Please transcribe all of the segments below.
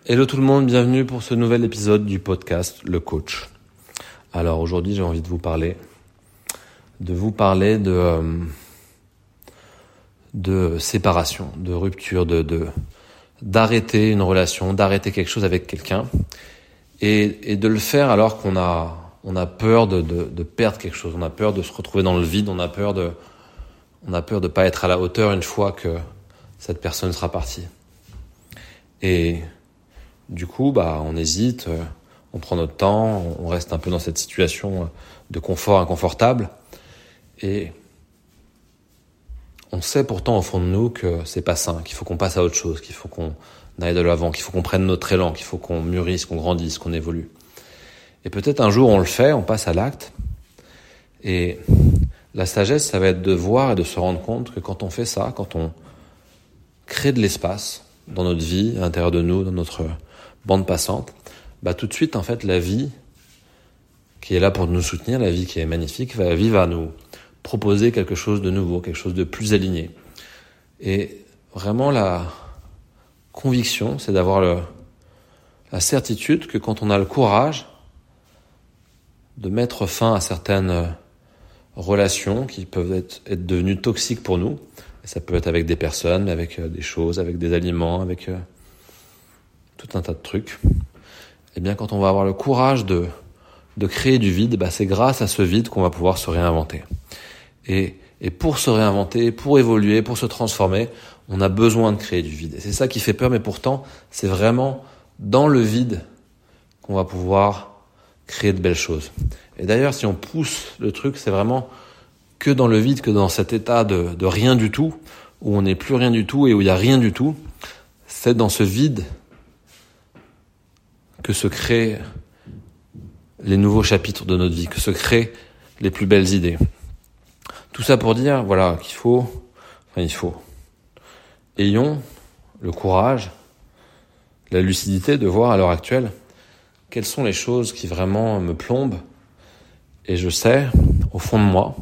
Hello tout le monde, bienvenue pour ce nouvel épisode du podcast Le Coach. Alors aujourd'hui j'ai envie de vous parler de séparation, de rupture, d'arrêter une relation, d'arrêter quelque chose avec quelqu'un et de le faire alors qu'on a peur de perdre quelque chose, on a peur de se retrouver dans le vide, on a peur de pas être à la hauteur une fois que cette personne sera partie. Et du coup, on hésite, on prend notre temps, on reste un peu dans cette situation de confort inconfortable. Et on sait pourtant au fond de nous que c'est pas sain, qu'il faut qu'on passe à autre chose, qu'il faut qu'on aille de l'avant, qu'il faut qu'on prenne notre élan, qu'il faut qu'on mûrisse, qu'on grandisse, qu'on évolue. Et peut-être un jour on le fait, on passe à l'acte. Et la sagesse, ça va être de voir et de se rendre compte que quand on fait ça, quand on crée de l'espace dans notre vie, à l'intérieur de nous, dans notre bande passante, tout de suite, en fait, la vie qui est là pour nous soutenir, la vie qui est magnifique, la vie va nous proposer quelque chose de nouveau, quelque chose de plus aligné. Et vraiment, la conviction, c'est d'avoir la certitude que quand on a le courage de mettre fin à certaines relations qui peuvent être devenues toxiques pour nous, et ça peut être avec des personnes, avec des choses, avec des aliments, avec tout un tas de trucs. Et bien quand on va avoir le courage de créer du vide, c'est grâce à ce vide qu'on va pouvoir se réinventer. Et pour se réinventer, pour évoluer, pour se transformer, on a besoin de créer du vide. Et c'est ça qui fait peur, mais pourtant, c'est vraiment dans le vide qu'on va pouvoir créer de belles choses. Et d'ailleurs, si on pousse le truc, c'est vraiment que dans le vide, que dans cet état de rien du tout, où on n'est plus rien du tout et où il n'y a rien du tout, c'est dans ce vide que se créent les nouveaux chapitres de notre vie, que se créent les plus belles idées. Tout ça pour dire, ayons le courage, la lucidité de voir à l'heure actuelle quelles sont les choses qui vraiment me plombent. Et je sais, au fond de moi,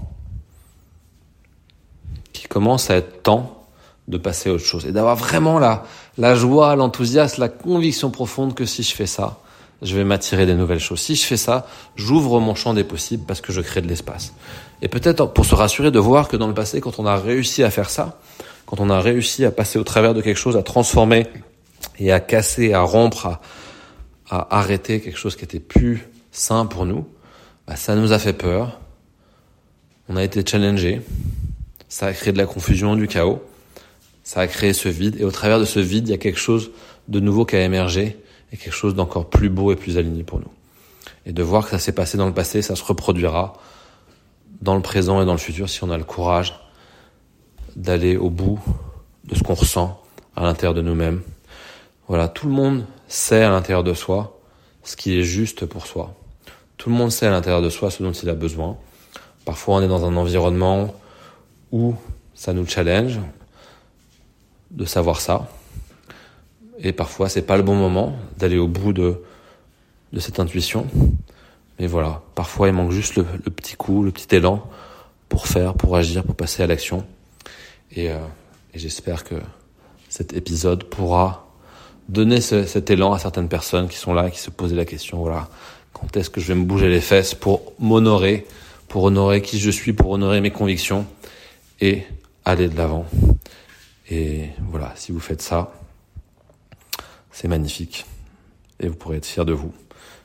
qu'il commence à être temps de passer à autre chose. Et d'avoir vraiment la joie, l'enthousiasme, la conviction profonde que si je fais ça, je vais m'attirer des nouvelles choses. Si je fais ça, j'ouvre mon champ des possibles parce que je crée de l'espace. Et peut-être pour se rassurer de voir que dans le passé, quand on a réussi à faire ça, quand on a réussi à passer au travers de quelque chose, à transformer et à casser, à rompre, à arrêter quelque chose qui était plus sain pour nous, ça nous a fait peur. On a été challengé. Ça a créé de la confusion, du chaos. Ça a créé ce vide. Et au travers de ce vide, il y a quelque chose de nouveau qui a émergé et quelque chose d'encore plus beau et plus aligné pour nous. Et de voir que ça s'est passé dans le passé, ça se reproduira dans le présent et dans le futur si on a le courage d'aller au bout de ce qu'on ressent à l'intérieur de nous-mêmes. Voilà, tout le monde sait à l'intérieur de soi ce qui est juste pour soi. Tout le monde sait à l'intérieur de soi ce dont il a besoin. Parfois, on est dans un environnement où ça nous challenge de savoir ça. Et parfois, c'est pas le bon moment d'aller au bout de cette intuition. Mais voilà, parfois, il manque juste le petit coup, le petit élan pour faire, pour agir, pour passer à l'action. Et j'espère que cet épisode pourra donner cet élan à certaines personnes qui sont là, qui se posaient la question, voilà, quand est-ce que je vais me bouger les fesses pour m'honorer, pour honorer qui je suis, pour honorer mes convictions et aller de l'avant. Et voilà, si vous faites ça, c'est magnifique et vous pourrez être fiers de vous.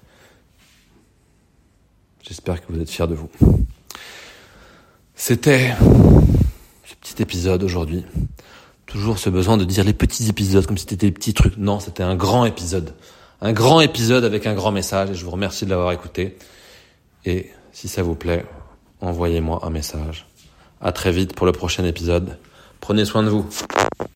J'espère que vous êtes fiers de vous. C'était ce petit épisode aujourd'hui. Toujours ce besoin de dire les petits épisodes comme si c'était des petits trucs. Non, c'était un grand épisode. Un grand épisode avec un grand message et je vous remercie de l'avoir écouté. Et si ça vous plaît, envoyez-moi un message. À très vite pour le prochain épisode. Prenez soin de vous.